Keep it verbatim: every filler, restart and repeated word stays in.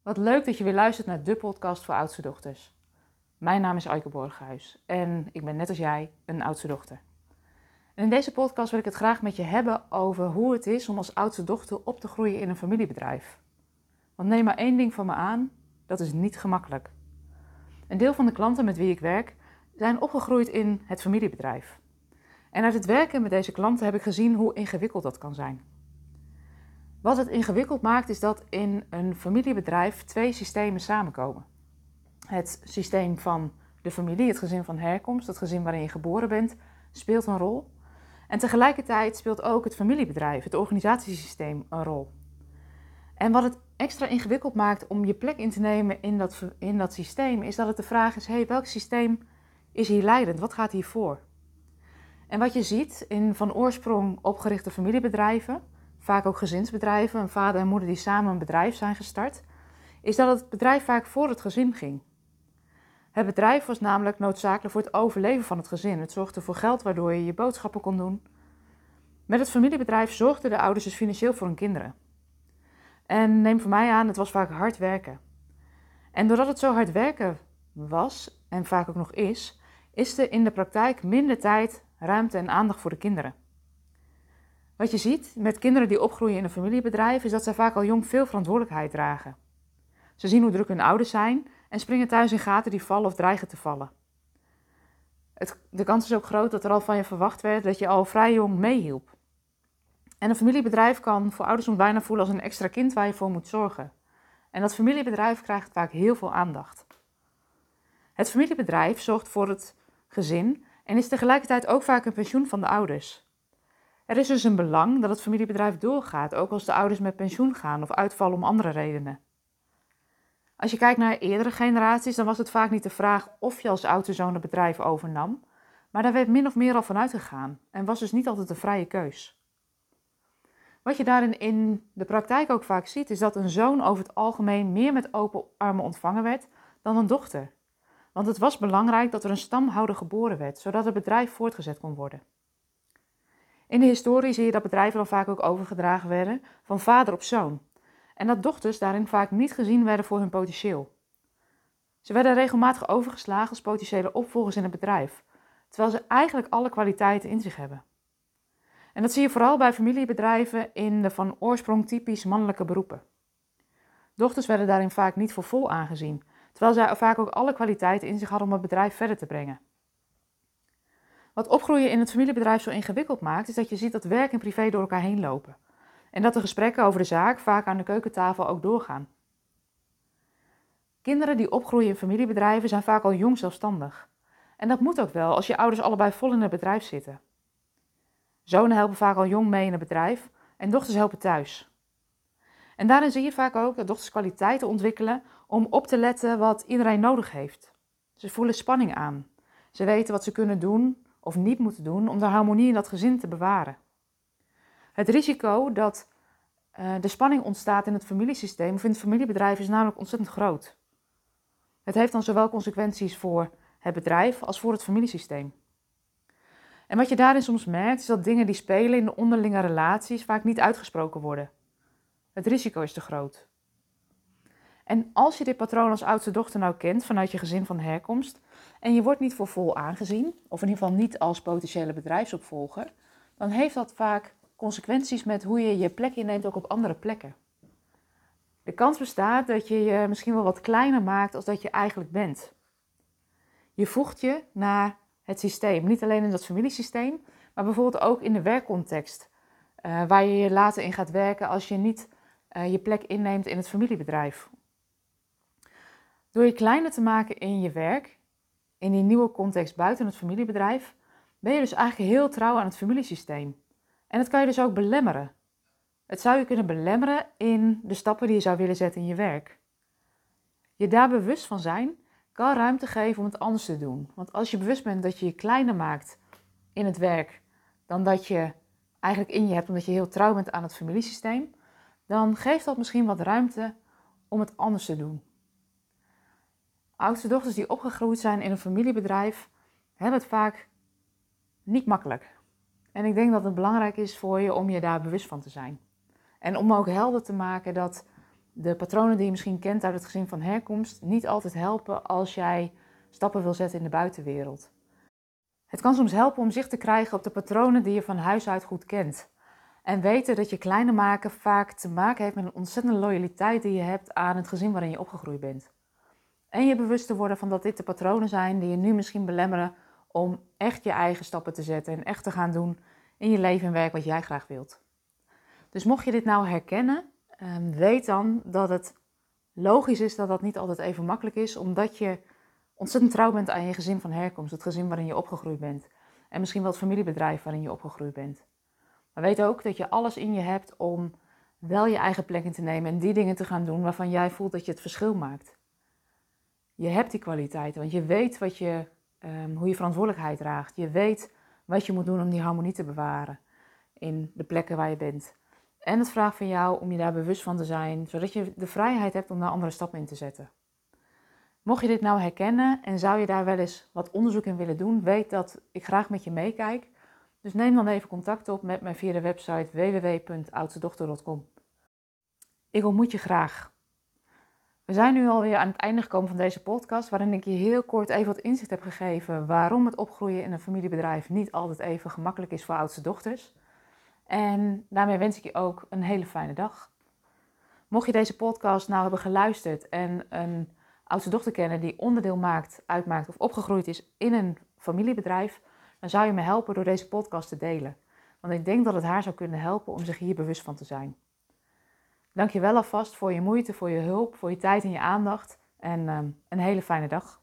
Wat leuk dat je weer luistert naar de podcast voor oudste dochters. Mijn naam is Aike Borghuis en ik ben net als jij een oudste dochter. En in deze podcast wil ik het graag met je hebben over hoe het is om als oudste dochter op te groeien in een familiebedrijf. Want neem maar één ding van me aan, dat is niet gemakkelijk. Een deel van de klanten met wie ik werk zijn opgegroeid in het familiebedrijf. En uit het werken met deze klanten heb ik gezien hoe ingewikkeld dat kan zijn. Wat het ingewikkeld maakt is dat in een familiebedrijf twee systemen samenkomen. Het systeem van de familie, het gezin van herkomst, het gezin waarin je geboren bent, speelt een rol. En tegelijkertijd speelt ook het familiebedrijf, het organisatiesysteem, een rol. En wat het extra ingewikkeld maakt om je plek in te nemen in dat, in dat systeem, is dat het de vraag is, hey, welk systeem is hier leidend? Wat gaat hier voor? En wat je ziet in van oorsprong opgerichte familiebedrijven, vaak ook gezinsbedrijven, een vader en moeder die samen een bedrijf zijn gestart, is dat het bedrijf vaak voor het gezin ging. Het bedrijf was namelijk noodzakelijk voor het overleven van het gezin. Het zorgde voor geld waardoor je je boodschappen kon doen. Met het familiebedrijf zorgden de ouders dus financieel voor hun kinderen. En neem van mij aan, het was vaak hard werken. En doordat het zo hard werken was, en vaak ook nog is, is er in de praktijk minder tijd, ruimte en aandacht voor de kinderen. Wat je ziet met kinderen die opgroeien in een familiebedrijf, is dat zij vaak al jong veel verantwoordelijkheid dragen. Ze zien hoe druk hun ouders zijn en springen thuis in gaten die vallen of dreigen te vallen. Het, de kans is ook groot dat er al van je verwacht werd dat je al vrij jong meehielp. En een familiebedrijf kan voor ouders soms bijna voelen als een extra kind waar je voor moet zorgen. En dat familiebedrijf krijgt vaak heel veel aandacht. Het familiebedrijf zorgt voor het gezin en is tegelijkertijd ook vaak een pensioen van de ouders. Er is dus een belang dat het familiebedrijf doorgaat, ook als de ouders met pensioen gaan of uitvallen om andere redenen. Als je kijkt naar eerdere generaties, dan was het vaak niet de vraag of je als oudste zoon het bedrijf overnam, maar daar werd min of meer al van uitgegaan en was dus niet altijd een vrije keus. Wat je daarin in de praktijk ook vaak ziet, is dat een zoon over het algemeen meer met open armen ontvangen werd dan een dochter. Want het was belangrijk dat er een stamhouder geboren werd, zodat het bedrijf voortgezet kon worden. In de historie zie je dat bedrijven dan vaak ook overgedragen werden van vader op zoon. En dat dochters daarin vaak niet gezien werden voor hun potentieel. Ze werden regelmatig overgeslagen als potentiële opvolgers in het bedrijf, terwijl ze eigenlijk alle kwaliteiten in zich hebben. En dat zie je vooral bij familiebedrijven in de van oorsprong typisch mannelijke beroepen. Dochters werden daarin vaak niet voor vol aangezien, terwijl zij vaak ook alle kwaliteiten in zich hadden om het bedrijf verder te brengen. Wat opgroeien in het familiebedrijf zo ingewikkeld maakt, is dat je ziet dat werk en privé door elkaar heen lopen. En dat de gesprekken over de zaak vaak aan de keukentafel ook doorgaan. Kinderen die opgroeien in familiebedrijven zijn vaak al jong zelfstandig. En dat moet ook wel als je ouders allebei vol in het bedrijf zitten. Zonen helpen vaak al jong mee in het bedrijf en dochters helpen thuis. En daarin zie je vaak ook dat dochters kwaliteiten ontwikkelen om op te letten wat iedereen nodig heeft. Ze voelen spanning aan. Ze weten wat ze kunnen doen of niet moeten doen om de harmonie in dat gezin te bewaren. Het risico dat uh, de spanning ontstaat in het familiesysteem of in het familiebedrijf is namelijk ontzettend groot. Het heeft dan zowel consequenties voor het bedrijf als voor het familiesysteem. En wat je daarin soms merkt is dat dingen die spelen in de onderlinge relaties vaak niet uitgesproken worden. Het risico is te groot. En als je dit patroon als oudste dochter nou kent vanuit je gezin van herkomst en je wordt niet voor vol aangezien, of in ieder geval niet als potentiële bedrijfsopvolger, dan heeft dat vaak consequenties met hoe je je plek inneemt ook op andere plekken. De kans bestaat dat je je misschien wel wat kleiner maakt als dat je eigenlijk bent. Je voegt je naar het systeem, niet alleen in dat familiesysteem, maar bijvoorbeeld ook in de werkcontext, uh, waar je je later in gaat werken als je niet uh, je plek inneemt in het familiebedrijf. Door je kleiner te maken in je werk, in die nieuwe context buiten het familiebedrijf, ben je dus eigenlijk heel trouw aan het familiesysteem. En dat kan je dus ook belemmeren. Het zou je kunnen belemmeren in de stappen die je zou willen zetten in je werk. Je daar bewust van zijn, kan ruimte geven om het anders te doen. Want als je bewust bent dat je je kleiner maakt in het werk dan dat je eigenlijk in je hebt, omdat je heel trouw bent aan het familiesysteem, dan geeft dat misschien wat ruimte om het anders te doen. Oudste dochters die opgegroeid zijn in een familiebedrijf, hebben het vaak niet makkelijk. En ik denk dat het belangrijk is voor je om je daar bewust van te zijn. En om ook helder te maken dat de patronen die je misschien kent uit het gezin van herkomst niet altijd helpen als jij stappen wil zetten in de buitenwereld. Het kan soms helpen om zicht te krijgen op de patronen die je van huis uit goed kent. En weten dat je kleiner maken vaak te maken heeft met een ontzettende loyaliteit die je hebt aan het gezin waarin je opgegroeid bent. En je bewust te worden van dat dit de patronen zijn die je nu misschien belemmeren om echt je eigen stappen te zetten en echt te gaan doen in je leven en werk wat jij graag wilt. Dus mocht je dit nou herkennen, weet dan dat het logisch is dat dat niet altijd even makkelijk is, omdat je ontzettend trouw bent aan je gezin van herkomst, het gezin waarin je opgegroeid bent. En misschien wel het familiebedrijf waarin je opgegroeid bent. Maar weet ook dat je alles in je hebt om wel je eigen plek in te nemen en die dingen te gaan doen waarvan jij voelt dat je het verschil maakt. Je hebt die kwaliteiten, want je weet wat je, um, hoe je verantwoordelijkheid draagt. Je weet wat je moet doen om die harmonie te bewaren in de plekken waar je bent. En het vraagt van jou om je daar bewust van te zijn, zodat je de vrijheid hebt om daar andere stappen in te zetten. Mocht je dit nou herkennen en zou je daar wel eens wat onderzoek in willen doen, weet dat ik graag met je meekijk. Dus neem dan even contact op met mij via de website w w w punt oudstedochter punt com. Ik ontmoet je graag. We zijn nu alweer aan het einde gekomen van deze podcast, waarin ik je heel kort even wat inzicht heb gegeven waarom het opgroeien in een familiebedrijf niet altijd even gemakkelijk is voor oudste dochters. En daarmee wens ik je ook een hele fijne dag. Mocht je deze podcast nou hebben geluisterd en een oudste dochter kennen die onderdeel maakt, uitmaakt of opgegroeid is in een familiebedrijf, dan zou je me helpen door deze podcast te delen. Want ik denk dat het haar zou kunnen helpen om zich hier bewust van te zijn. Dank je wel alvast voor je moeite, voor je hulp, voor je tijd en je aandacht. En um, een hele fijne dag.